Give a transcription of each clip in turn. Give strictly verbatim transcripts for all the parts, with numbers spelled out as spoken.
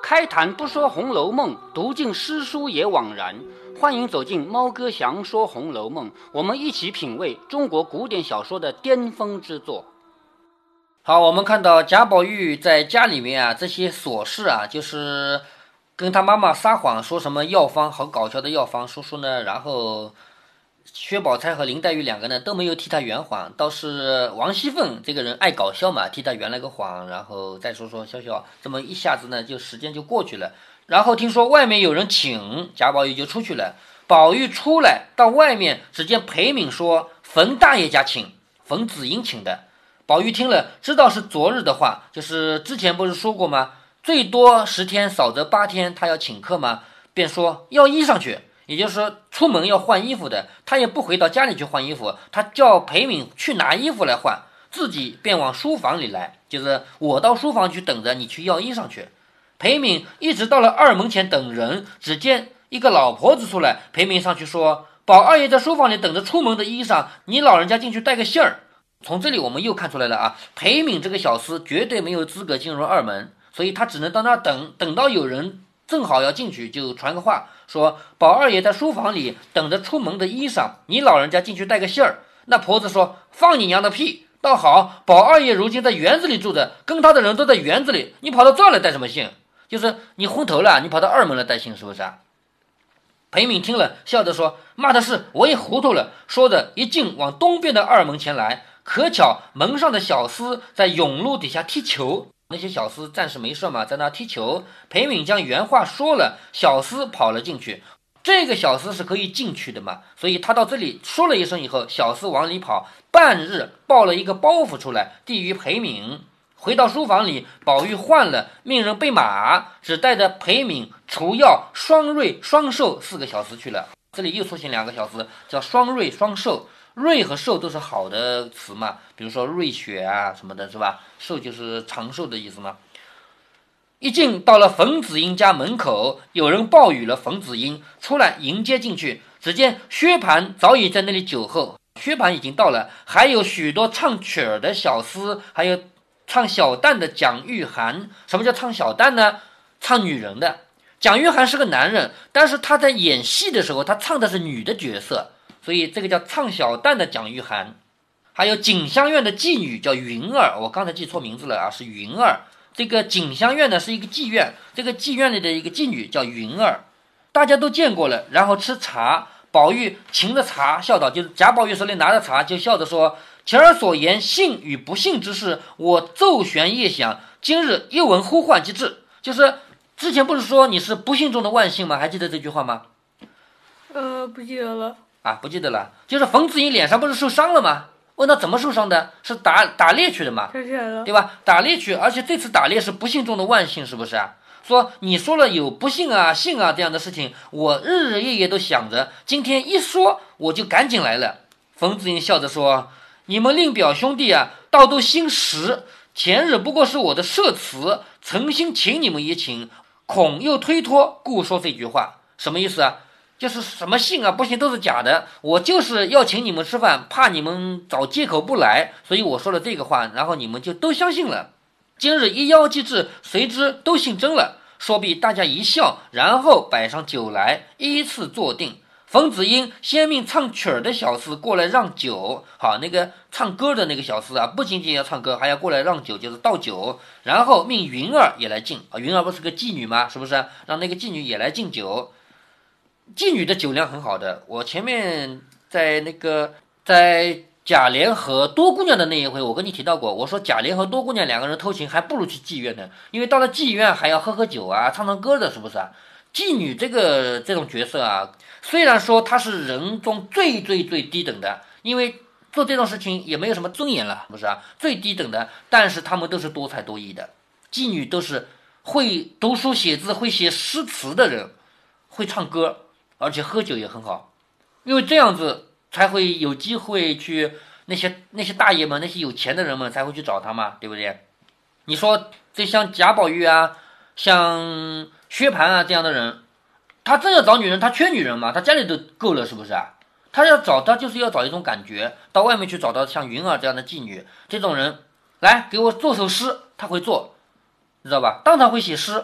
开坛不说《红楼梦》，读尽诗书也枉然。欢迎走进猫哥祥说《红楼梦》，我们一起品味中国古典小说的巅峰之作。 好，我们看到贾宝玉在家里面啊，这些琐事啊，就是跟他妈妈撒谎，说什么药方，好搞笑的药方，说说呢，然后薛宝钗和林黛玉两个呢都没有替他圆谎，倒是王熙凤这个人爱搞笑嘛，替他圆了个谎，然后再说说笑笑，这么一下子呢，就时间就过去了。然后听说外面有人请，贾宝玉就出去了。宝玉出来到外面，只见裴敏说冯大爷家请，冯子英请的。宝玉听了，知道是昨日的话，就是之前不是说过吗？最多十天，少则八天，他要请客吗？便说要衣裳去，也就是说出门要换衣服的，他也不回到家里去换衣服，他叫裴敏去拿衣服来换，自己便往书房里来，就是我到书房去等着，你去要衣裳去。裴敏一直到了二门前等人，只见一个老婆子出来，裴敏上去说：宝二爷在书房里等着出门的衣裳，你老人家进去带个信儿。从这里我们又看出来了啊，裴敏这个小厮绝对没有资格进入二门，所以他只能到那儿等，等到有人正好要进去，就传个话说宝二爷在书房里等着出门的衣裳，你老人家进去带个信儿。那婆子说放你娘的屁，倒好，宝二爷如今在园子里住着，跟他的人都在园子里，你跑到这儿来带什么信？就是你昏头了，你跑到二门来带信是不是啊？裴敏听了笑着说骂的是我也糊涂了，说着一径往东边的二门前来。可巧门上的小厮在甬路底下踢球，那些小厮暂时没事嘛，在那踢球。裴敏将原话说了，小厮跑了进去。这个小厮是可以进去的嘛，所以他到这里说了一声以后，小厮往里跑，半日抱了一个包袱出来递于裴敏。回到书房里，宝玉换了，命人备马，只带着裴敏、除药、双瑞、双寿四个小厮去了。这里又出现两个小厮，叫双瑞、双寿。瑞和寿都是好的词嘛，比如说瑞雪啊什么的，是吧？寿就是长寿的意思嘛。一进到了冯子英家门口，有人报语了冯子英，出来迎接进去。只见薛蟠早已在那里酒后，薛蟠已经到了，还有许多唱曲儿的小厮，还有唱小旦的蒋玉菡。什么叫唱小旦呢？唱女人的。蒋玉菡是个男人，但是他在演戏的时候，他唱的是女的角色。所以这个叫唱小旦的蒋玉菡。还有锦香院的妓女叫云儿，我刚才记错名字了啊，是云儿。这个锦香院呢是一个妓院，这个妓院里的一个妓女叫云儿，大家都见过了。然后吃茶，宝玉擎着茶笑道，就是贾宝玉手里拿着茶就笑着说：前儿所言幸与不幸之事，我昼悬夜想，今日一闻呼唤即至。就是之前不是说你是不幸中的万幸吗？还记得这句话吗？ 呃，不记得了啊，不记得了。就是冯子英脸上不是受伤了吗？问他怎么受伤的？是打打猎去的嘛，对吧？打猎去，而且这次打猎是不幸中的万幸，是不是啊？说你说了有不幸啊、幸啊这样的事情，我日日夜夜都想着，今天一说我就赶紧来了。冯子英笑着说：你们令表兄弟啊，倒都心实。前日不过是我的设词，诚心请你们一请，恐又推脱，故说这句话。什么意思啊？就是什么信啊不行都是假的，我就是要请你们吃饭，怕你们找借口不来，所以我说了这个话，然后你们就都相信了。今日一邀即至，谁知都信真了。说毕大家一笑，然后摆上酒来，依次坐定。冯子英先命唱曲儿的小厮过来让酒，好，那个唱歌的那个小厮啊，不仅仅要唱歌，还要过来让酒，就是倒酒。然后命云儿也来敬啊，云儿不是个妓女吗？是不是？让那个妓女也来敬酒。妓女的酒量很好的，我前面在那个在贾琏和多姑娘的那一回，我跟你提到过，我说贾琏和多姑娘两个人偷情，还不如去妓院呢，因为到了妓院还要喝喝酒啊，唱唱歌的，是不是啊？妓女这个这种角色啊，虽然说她是人中最最最低等的，因为做这种事情也没有什么尊严了，不是啊？最低等的，但是他们都是多才多艺的，妓女都是会读书写字、会写诗词的人，会唱歌。而且喝酒也很好，因为这样子才会有机会去那些那些大爷们、那些有钱的人们才会去找他嘛，对不对？你说这像贾宝玉啊、像薛蟠啊这样的人，他真要找女人，他缺女人嘛？他家里都够了，是不是啊？他要找，他就是要找一种感觉，到外面去找到像云儿这样的妓女，这种人来给我做首诗，他会做，知道吧？当场会写诗。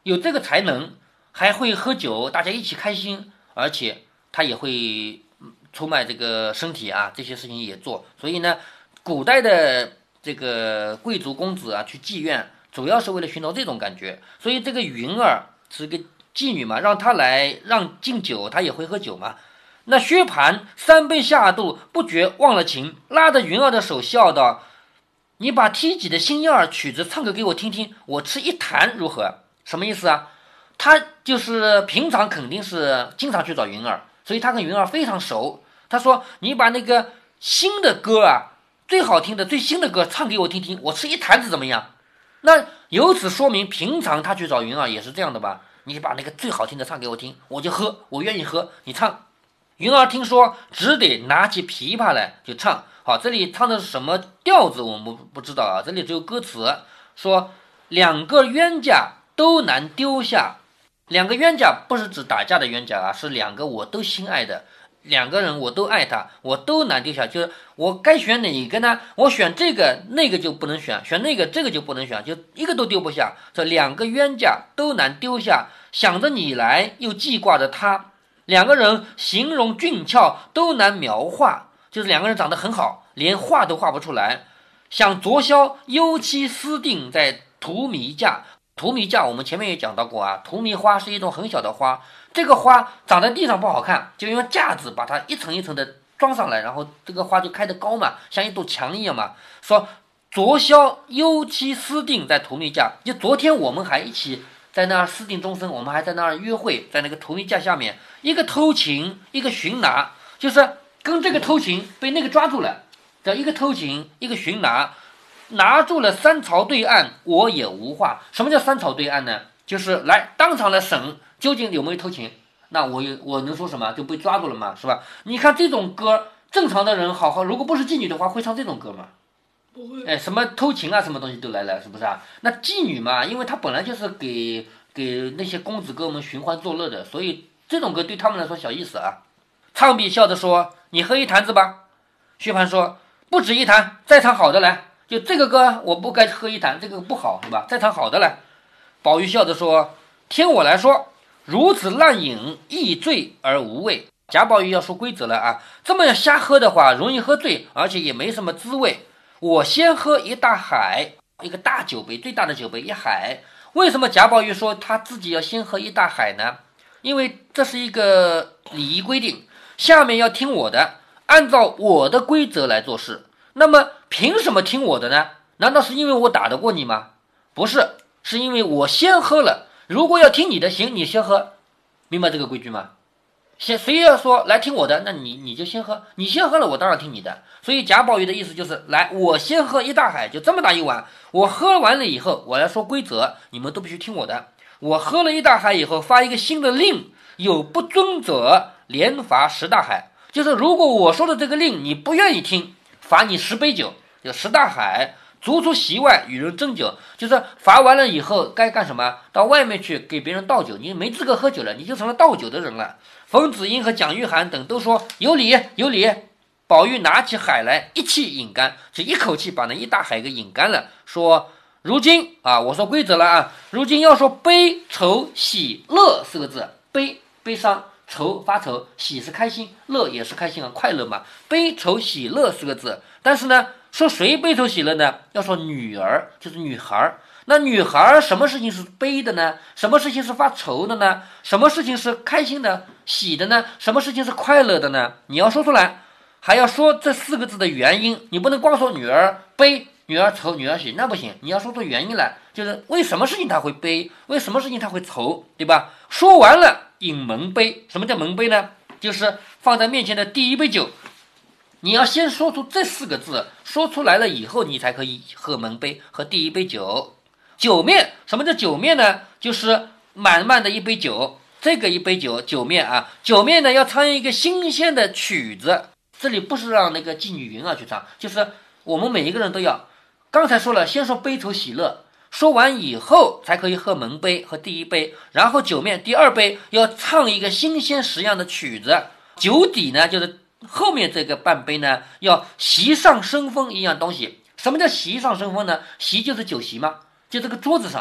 有这个才能，还会喝酒，大家一起开心，而且他也会出卖这个身体啊，这些事情也做。所以呢，古代的这个贵族公子啊，去妓院主要是为了寻找这种感觉。所以这个云儿是个妓女嘛，让她来让敬酒，她也会喝酒嘛。那薛蟠三杯下肚，不觉忘了情，拉着云儿的手笑道：“你把梯级的心燕儿曲子唱个给我听听，我吃一坛如何？”什么意思啊？他就是平常肯定是经常去找云儿，所以他跟云儿非常熟。他说：“你把那个新的歌啊，最好听的、最新的歌唱给我听听，我吃一坛子怎么样？”那由此说明，平常他去找云儿也是这样的吧？你把那个最好听的唱给我听，我就喝，我愿意喝，你唱。云儿听说，只得拿起琵琶来就唱。好，这里唱的是什么调子我们不不知道啊，这里只有歌词说：“两个冤家都难丢下。”两个冤家不是指打架的冤家啊，是两个我都心爱的，两个人我都爱他，我都难丢下。就是我该选哪一个呢？我选这个，那个就不能选；选那个，这个就不能选，就一个都丢不下。这两个冤家都难丢下，想着你来，又记挂着他。两个人形容俊俏，都难描画，就是两个人长得很好，连画都画不出来。想昨宵幽栖私定在荼蘼架。荼蘼架我们前面也讲到过啊，荼蘼花是一种很小的花，这个花长在地上不好看，就用架子把它一层一层的装上来，然后这个花就开得高嘛，像一堵墙一样嘛。说昨宵幽栖私定在荼蘼架，就昨天我们还一起在那儿私定终身，我们还在那儿约会，在那个荼蘼架下面，一个偷情，一个寻拿，就是跟这个偷情被那个抓住了，叫一个偷情，一个寻拿。拿住了三朝对岸，我也无话。什么叫三朝对岸呢？就是来当场来审，究竟有没有偷情？那我有我能说什么？就被抓住了嘛，是吧？你看这种歌，正常的人好好，如果不是妓女的话，会唱这种歌吗？ 不会。 哎，什么偷情啊，什么东西都来了，是不是啊？那妓女嘛，因为她本来就是给给那些公子哥们寻欢作乐的，所以这种歌对他们来说小意思啊。唱毕笑着说：“你喝一坛子吧。”薛蟠说：“不止一坛，再唱好的来。”就这个歌我不该喝一坛，这个不好是吧？再唱好的来。宝玉笑着说：“听我来说，如此滥饮，易醉而无味。”贾宝玉要说规则了啊，这么瞎喝的话，容易喝醉，而且也没什么滋味。我先喝一大海，一个大酒杯，最大的酒杯一海。为什么贾宝玉说他自己要先喝一大海呢？因为这是一个礼仪规定，下面要听我的，按照我的规则来做事。那么凭什么听我的呢？难道是因为我打得过你吗？不是，是因为我先喝了。如果要听你的，行，你先喝，明白这个规矩吗？先谁要说来听我的，那你你就先喝，你先喝了，我当然听你的。所以贾宝玉的意思就是，来，我先喝一大海，就这么大一碗，我喝完了以后，我来说规则，你们都必须听我的。我喝了一大海以后，发一个新的令，有不遵者，连罚十大海。就是如果我说的这个令你不愿意听，罚你十杯酒，就十大海，逐出席外与人斟酒，就是罚完了以后该干什么？到外面去给别人倒酒，你没资格喝酒了，你就成了倒酒的人了。冯子英和蒋玉菡等都说有理有理。宝玉拿起海来，一气饮干，这一口气把那一大海给饮干了。说如今啊，我说规则了啊，如今要说悲愁喜乐四个字，悲悲伤，愁发愁，喜是开心，乐也是开心啊，快乐嘛。悲愁喜乐四个字，但是呢，说谁悲愁喜乐呢？要说女儿，就是女孩。那女孩什么事情是悲的呢？什么事情是发愁的呢？什么事情是开心的、喜的呢？什么事情是快乐的呢？你要说出来，还要说这四个字的原因。你不能光说女儿悲、女儿愁、女儿喜，那不行。你要说出原因来，就是为什么事情她会悲，为什么事情她会愁，对吧？说完了，饮蒙杯。什么叫蒙杯呢？就是放在面前的第一杯酒。你要先说出这四个字，说出来了以后，你才可以喝蒙杯，喝第一杯酒。酒面，什么叫酒面呢？就是满满的一杯酒，这个一杯酒酒面啊，酒面呢要唱一个新鲜的曲子。这里不是让那个妓女云儿去唱，就是我们每一个人都要。刚才说了，先说悲愁喜乐，说完以后才可以喝蒙杯和第一杯，然后酒面第二杯要唱一个新鲜实样的曲子。酒底呢，就是后面这个半杯呢，要席上生风一样东西。什么叫席上生风呢？席就是酒席嘛，就这个桌子上，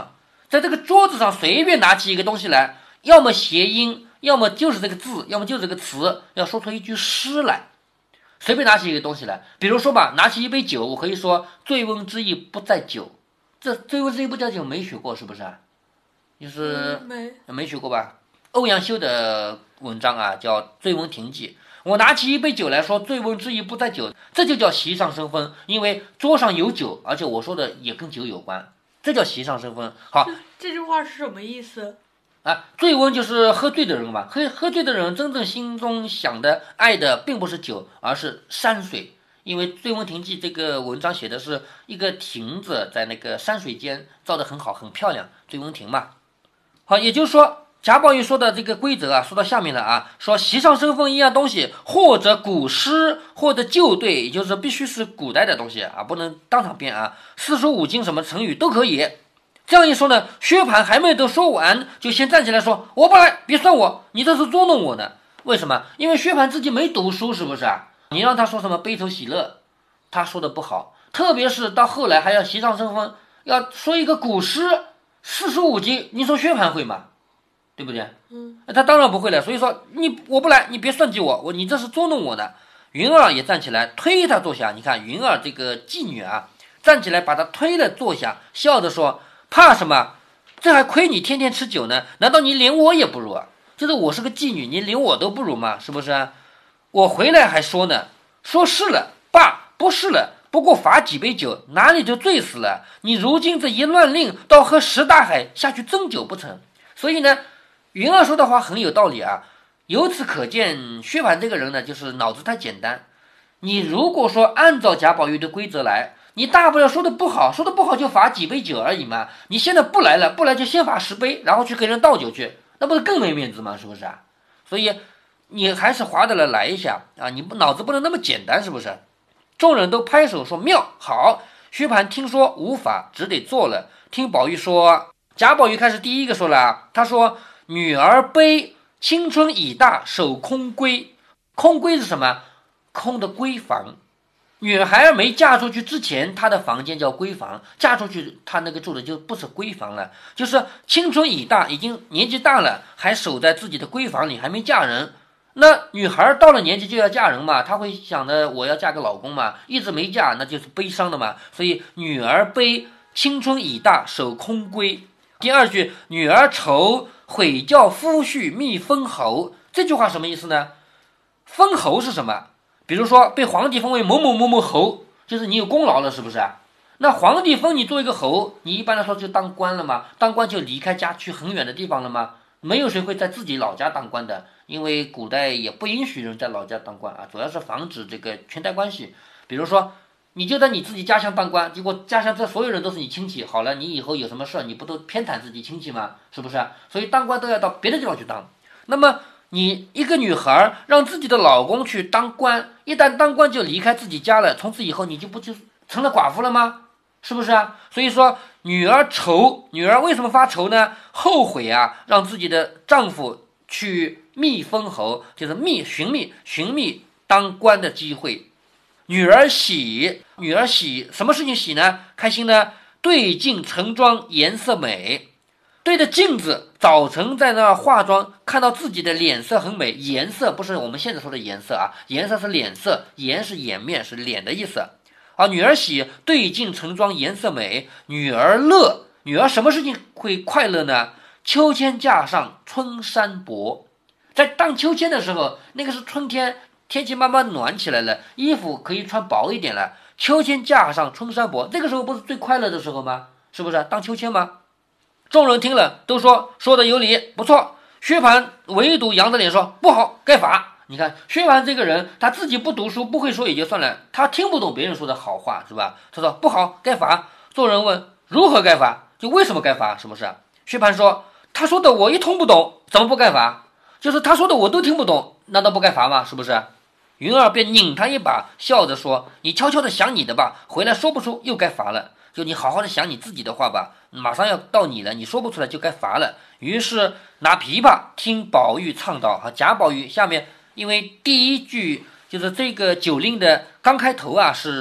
在这个桌子上随便拿起一个东西来，要么谐音，要么就是这个字，要么就是这个词，要说出一句诗来。随便拿起一个东西来，比如说吧，拿起一杯酒，我可以说醉翁之意不在酒。这醉翁之意不在酒没学过是不是啊？就是没没学过吧？欧阳修的文章啊，叫《醉翁亭记》。我拿起一杯酒来说醉翁之意不在酒，这就叫席上生风，因为桌上有酒，而且我说的也跟酒有关，这叫席上生风。好， 这这句话是什么意思？ 啊，醉翁就是喝醉的人嘛，喝喝醉的人真正心中想的、爱的并不是酒，而是山水。因为《醉翁亭记》这个文章写的是一个亭子在那个山水间造得很好、很漂亮，醉翁亭嘛。好，也就是说，贾宝玉说的这个规则啊，说到下面了啊，说席上生风一样东西，或者古诗，或者旧对，也就是必须是古代的东西啊，不能当场编啊。四书五经什么成语都可以。这样一说呢，薛蟠还没得说完，就先站起来说：“我不来，别算我，你这是捉弄我呢。”为什么？因为薛蟠自己没读书，是不是啊？你让他说什么悲愁喜乐，他说的不好。特别是到后来还要席上生风，要说一个古诗，四书五经，你说薛蟠会吗？对不对？ 嗯， 他当然不会了。所以说你我不来，你别算计我，我你这是捉弄我呢。云儿也站起来推他坐下。你看云儿这个妓女啊，站起来把他推了坐下，笑着说：“怕什么？这还亏你天天吃酒呢？难道你连我也不如啊？就是我是个妓女，你连我都不如吗？是不是啊？我回来还说呢，说是了，爸，不是了。不过罚几杯酒，哪里就醉死了？你如今这一乱令，倒喝十大海下去斟酒不成？所以呢，云儿说的话很有道理啊。由此可见，薛蟠这个人呢，就是脑子太简单。你如果说按照贾宝玉的规则来，你大不了说的不好，说的不好就罚几杯酒而已嘛。你现在不来了，不来就先罚十杯，然后去给人倒酒去，那不是更没面子吗？是不是啊？所以你还是划得来来一下啊！你不脑子不能那么简单，是不是？众人都拍手说妙，好。薛蟠听说无法，只得做了。听宝玉说，贾宝玉开始第一个说了，他说：“女儿悲，青春已大，守空闺。”空闺是什么？空的闺房。女孩没嫁出去之前，她的房间叫闺房；嫁出去，她那个住的就不是闺房了，就是青春已大，已经年纪大了，还守在自己的闺房里，还没嫁人。那女孩到了年纪就要嫁人嘛，她会想着我要嫁个老公嘛，一直没嫁，那就是悲伤的嘛。所以女儿悲，青春已大，守空闺。第二句，女儿愁，悔教夫婿觅封侯。这句话什么意思呢？封侯是什么？比如说被皇帝封为某某某某侯，就是你有功劳了，是不是啊？那皇帝封你做一个侯，你一般来说就当官了吗？当官就离开家去很远的地方了吗？没有谁会在自己老家当官的，因为古代也不允许人在老家当官啊，主要是防止这个裙带关系。比如说你就在你自己家乡当官，结果家乡这所有人都是你亲戚，好了，你以后有什么事你不都偏袒自己亲戚吗？是不是啊？所以当官都要到别的地方去当。那么你一个女孩让自己的老公去当官，一旦当官就离开自己家了，从此以后你就不就成了寡妇了吗？是不是啊？所以说女儿愁，女儿为什么发愁呢？后悔啊，让自己的丈夫去觅封侯，就是觅寻觅寻觅当官的机会。女儿喜，女儿喜什么事情喜呢？开心呢？对镜盛妆颜色美，对着镜子早晨在那化妆，看到自己的脸色很美。颜色不是我们现在说的颜色啊，颜色是脸色，颜是颜面，是脸的意思。啊，女儿喜，对镜盛妆颜色美。女儿乐，女儿什么事情会快乐呢？秋千架上春山薄，在荡秋千的时候，那个是春天，天气慢慢暖起来了，衣服可以穿薄一点了。秋千架上春山薄，这个时候不是最快乐的时候吗？是不是荡秋千吗？众人听了都说说的有理，不错。薛蟠唯独扬着脸说不好，该罚。你看薛蟠这个人，他自己不读书，不会说也就算了，他听不懂别人说的好话，是吧？他说不好，该罚。众人问如何该罚，就为什么该罚，什么事？薛蟠说他说的我一通不懂，怎么不该罚？就是他说的我都听不懂，难道不该罚吗？是不是？云儿便拧他一把，笑着说你悄悄的想你的吧，回来说不出又该罚了。就你好好的想你自己的话吧，马上要到你了，你说不出来就该罚了。于是拿琵琶听宝玉唱道，贾宝玉下面因为第一句就是这个酒令的刚开头啊，是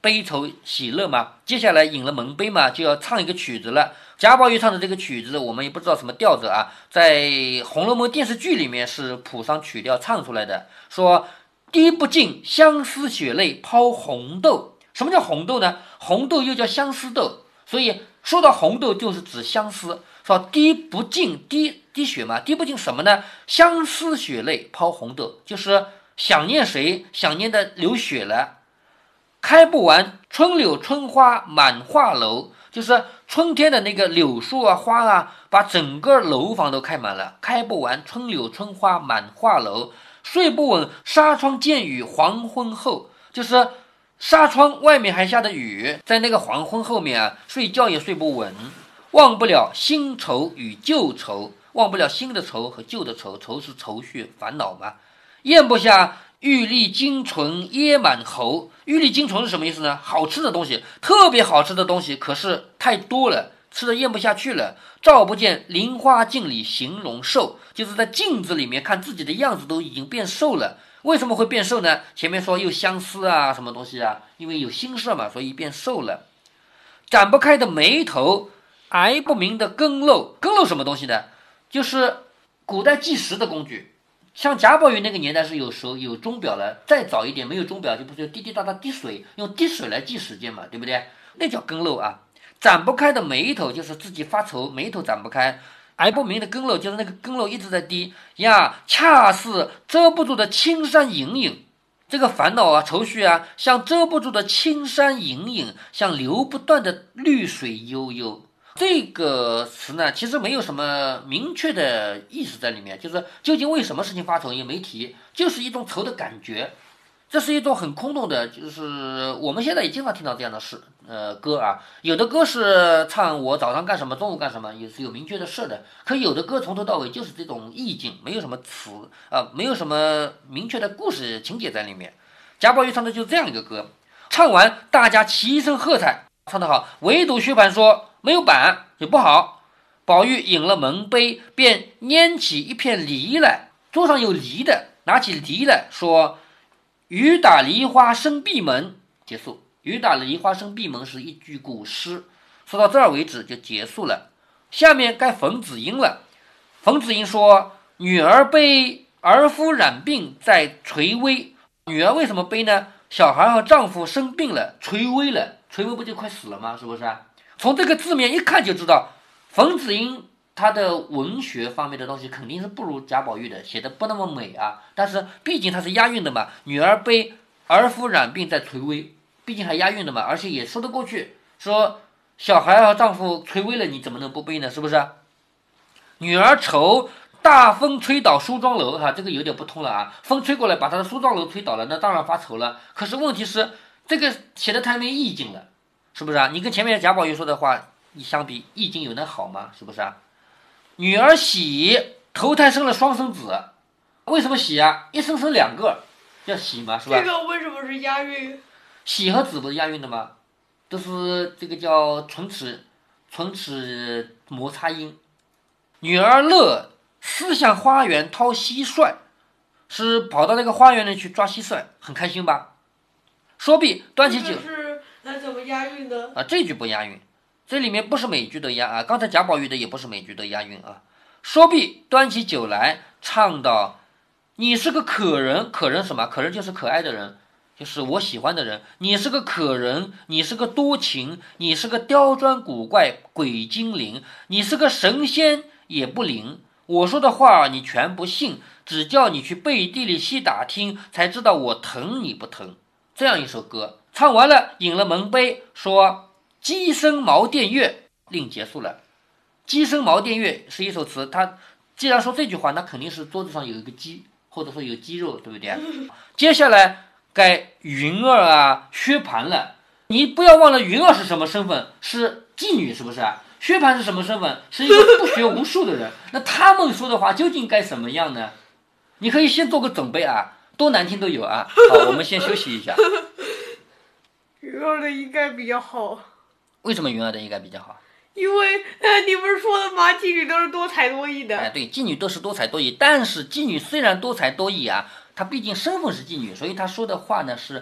悲愁喜乐嘛。接下来饮了蒙杯嘛，就要唱一个曲子了。贾宝玉唱的这个曲子，我们也不知道什么调子啊，在《红楼梦》电视剧里面是谱上曲调唱出来的，说滴不尽相思血泪抛红豆。什么叫红豆呢？红豆又叫相思豆，所以说到红豆就是指相思。说滴不尽，滴滴血嘛，滴不尽什么呢？相思血泪抛红豆，就是想念谁，想念的流血了。开不完春柳春花满画楼，就是春天的那个柳树啊花啊，把整个楼房都开满了。开不完春柳春花满画楼，睡不稳纱窗见雨黄昏后，就是纱窗外面还下的雨，在那个黄昏后面啊，睡觉也睡不稳。忘不了新愁与旧愁，忘不了新的愁和旧的愁，愁是愁绪烦恼嘛。咽不下玉粒金唇噎满喉，玉粒金唇是什么意思呢？好吃的东西，特别好吃的东西，可是太多了，吃的咽不下去了。照不见菱花镜里形容瘦，就是在镜子里面看自己的样子都已经变瘦了。为什么会变瘦呢？前面说又相思啊什么东西啊，因为有心事嘛，所以变瘦了。展不开的眉头，挨不明的更漏，更漏什么东西呢？就是古代计时的工具。像贾宝玉那个年代是有时候有钟表了，再早一点没有钟表，就不是滴滴答答滴水，用滴水来计时间嘛，对不对？那叫更漏啊。展不开的眉头就是自己发愁，眉头展不开。挨不明的更漏就是那个更漏一直在滴呀，恰似遮不住的青山隐隐。这个烦恼啊愁绪啊，像遮不住的青山隐隐，像流不断的绿水悠悠。这个词呢，其实没有什么明确的意思在里面，就是究竟为什么事情发愁也没提，就是一种愁的感觉。这是一种很空洞的，就是我们现在也经常听到这样的事，呃，歌啊，有的歌是唱我早上干什么，中午干什么，也是有明确的事的。可有的歌从头到尾就是这种意境，没有什么词啊、呃，没有什么明确的故事情节在里面。贾宝玉唱的就是这样一个歌，唱完大家齐声喝彩，唱得好，唯独薛蟠说没有板也不好。宝玉饮了蒙杯，便拈起一片梨来，桌上有梨的，拿起梨来说。雨打梨花生闭门，结束。雨打梨花生闭门是一句古诗，说到这儿为止就结束了。下面该冯子英了。冯子英说：“女儿悲，儿夫染病在垂危。”女儿为什么悲呢？小孩和丈夫生病了，垂危了，垂危不就快死了吗？是不是啊？从这个字面一看就知道，冯子英他的文学方面的东西肯定是不如贾宝玉的，写的不那么美啊。但是毕竟他是押韵的嘛，女儿悲，儿夫染病在垂危，毕竟还押韵的嘛，而且也说得过去。说小孩和丈夫垂危了，你怎么能不悲呢？是不是？女儿愁，大风吹倒梳妆楼，哈，这个有点不通了啊。风吹过来把他的梳妆楼吹倒了，那当然发愁了。可是问题是，这个写的太没意境了，是不是啊？你跟前面贾宝玉说的话一相比，意境有那好吗？是不是啊？女儿喜，头胎生了双生子，为什么喜啊？一生生两个，叫喜嘛，是吧？ 这个为什么是押韵？ 喜和子不是押韵的吗？都是这个叫唇齿，唇齿摩擦音。女儿乐，思向花园掏蟋蟀，是跑到那个花园里去抓蟋蟀，很开心吧？说毕，端起酒， 是那怎么押韵的啊？这句不押韵。这里面不是每句都押啊，刚才贾宝玉的也不是每句都押韵啊。说毕，端起酒来，唱道：“你是个可人，可人什么？可人就是可爱的人，就是我喜欢的人。你是个可人，你是个多情，你是个刁钻古怪鬼精灵，你是个神仙也不灵。我说的话你全不信，只叫你去背地里细打听，才知道我疼你不疼。”这样一首歌唱完了，饮了蒙杯，说。鸡声茅店月，令结束了。鸡声茅店月是一首词，他既然说这句话，那肯定是桌子上有一个鸡，或者说有鸡肉，对不对？接下来该云儿啊、薛蟠了。你不要忘了，云儿是什么身份？是妓女，是不是？薛蟠是什么身份？是一个不学无术的人。那他们说的话究竟该什么样呢？你可以先做个准备啊，多难听都有啊。好，我们先休息一下。 云儿的应该比较好。 为什么云儿的应该比较好？ 因为呃，你不是说的吗？妓女都是多才多艺的。 哎，对，妓女都是多才多艺，但是妓女虽然多才多艺啊，她毕竟身份是妓女，所以她说的话呢是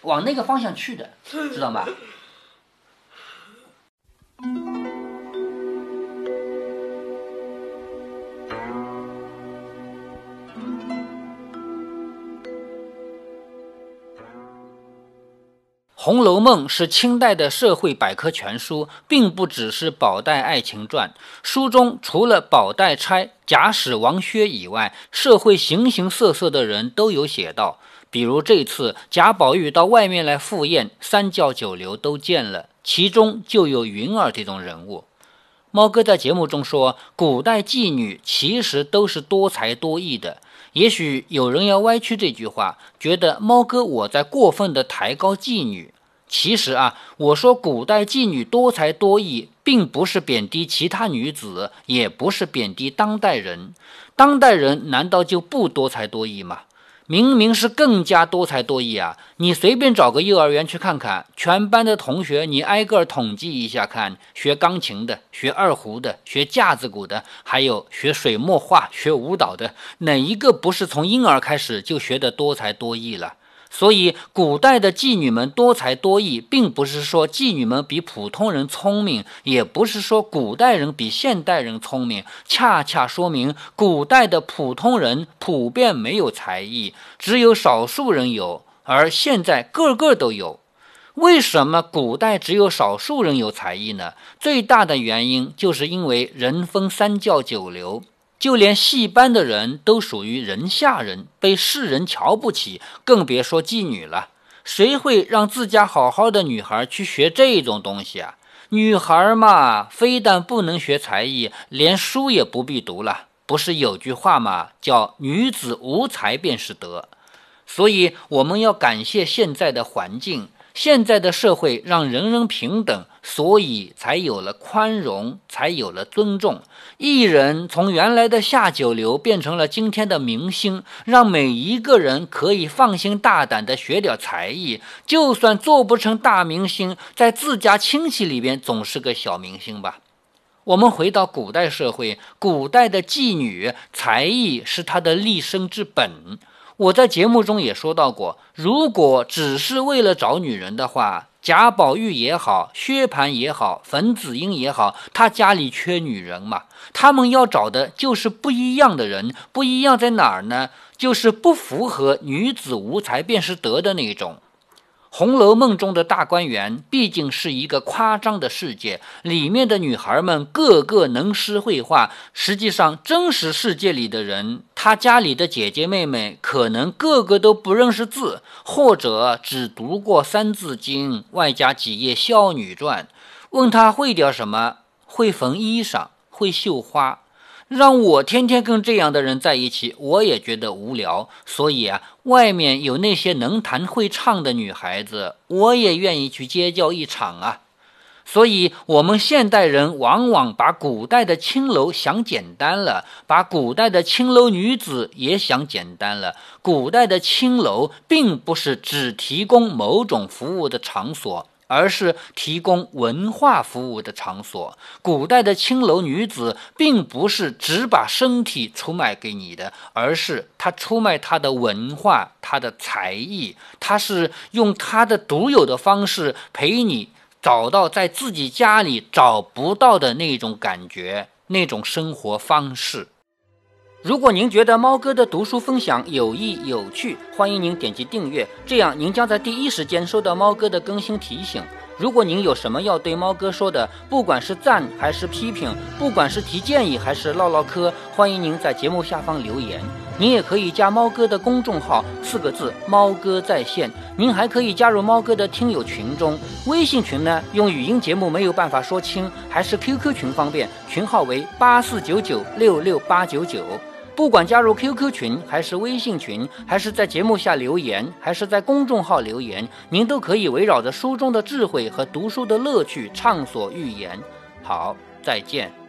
往那个方向去的，知道吗？ 《红楼梦》是清代的社会百科全书，并不只是宝黛爱情传。书中除了宝黛钗、贾史、王薛以外，社会形形色色的人都有写到。比如这次贾宝玉到外面来赴宴，三教九流都见了，其中就有云儿这种人物。猫哥在节目中说，古代妓女其实都是多才多艺的。也许有人要歪曲这句话，觉得猫哥我在过分的抬高妓女。其实啊，我说古代妓女多才多艺，并不是贬低其他女子，也不是贬低当代人。当代人难道就不多才多艺吗？明明是更加多才多艺啊！你随便找个幼儿园去看看，全班的同学你挨个统计一下看，学钢琴的，学二胡的，学架子鼓的，还有学水墨画、学舞蹈的，哪一个不是从婴儿开始就学得多才多艺了？所以古代的妓女们多才多艺，并不是说妓女们比普通人聪明，也不是说古代人比现代人聪明，恰恰说明古代的普通人普遍没有才艺，只有少数人有，而现在个个都有。为什么古代只有少数人有才艺呢？最大的原因就是因为人分三教九流，就连戏班的人都属于人下人，被世人瞧不起，更别说妓女了。谁会让自家好好的女孩去学这种东西啊？女孩嘛，非但不能学才艺，连书也不必读了。不是有句话吗？叫女子无才便是德。所以我们要感谢现在的环境，现在的社会让人人平等，所以才有了宽容，才有了尊重。艺人从原来的下九流变成了今天的明星，让每一个人可以放心大胆地学点才艺，就算做不成大明星，在自家亲戚里边总是个小明星吧。我们回到古代社会，古代的妓女才艺是她的立身之本。我在节目中也说到过，如果只是为了找女人的话，贾宝玉也好，薛蟠也好，冯子英也好，他家里缺女人嘛？他们要找的就是不一样的人。不一样在哪儿呢？就是不符合女子无才便是德的那种。《红楼梦》中的大观园毕竟是一个夸张的世界，里面的女孩们个个能诗会画，实际上真实世界里的人，她家里的姐姐妹妹可能个个都不认识字，或者只读过三字经，外加几页孝女传。问她会点什么？会缝衣裳，会绣花。让我天天跟这样的人在一起，我也觉得无聊。所以啊，外面有那些能弹会唱的女孩子，我也愿意去结交一场啊。所以我们现代人往往把古代的青楼想简单了，把古代的青楼女子也想简单了。古代的青楼并不是只提供某种服务的场所，而是提供文化服务的场所。古代的青楼女子并不是只把身体出卖给你的，而是她出卖她的文化，她的才艺，她是用她的独有的方式陪你找到在自己家里找不到的那种感觉，那种生活方式。如果您觉得猫哥的读书分享有益有趣，欢迎您点击订阅，这样您将在第一时间收到猫哥的更新提醒。如果您有什么要对猫哥说的，不管是赞还是批评，不管是提建议还是唠唠嗑，欢迎您在节目下方留言。您也可以加猫哥的公众号，四个字猫哥在线。您还可以加入猫哥的听友群中，微信群呢用语音节目没有办法说清，还是 Q Q 群方便，群号为八四九九六六八九九。不管加入 Q Q 群还是微信群，还是在节目下留言，还是在公众号留言，您都可以围绕着书中的智慧和读书的乐趣畅所欲言。好，再见。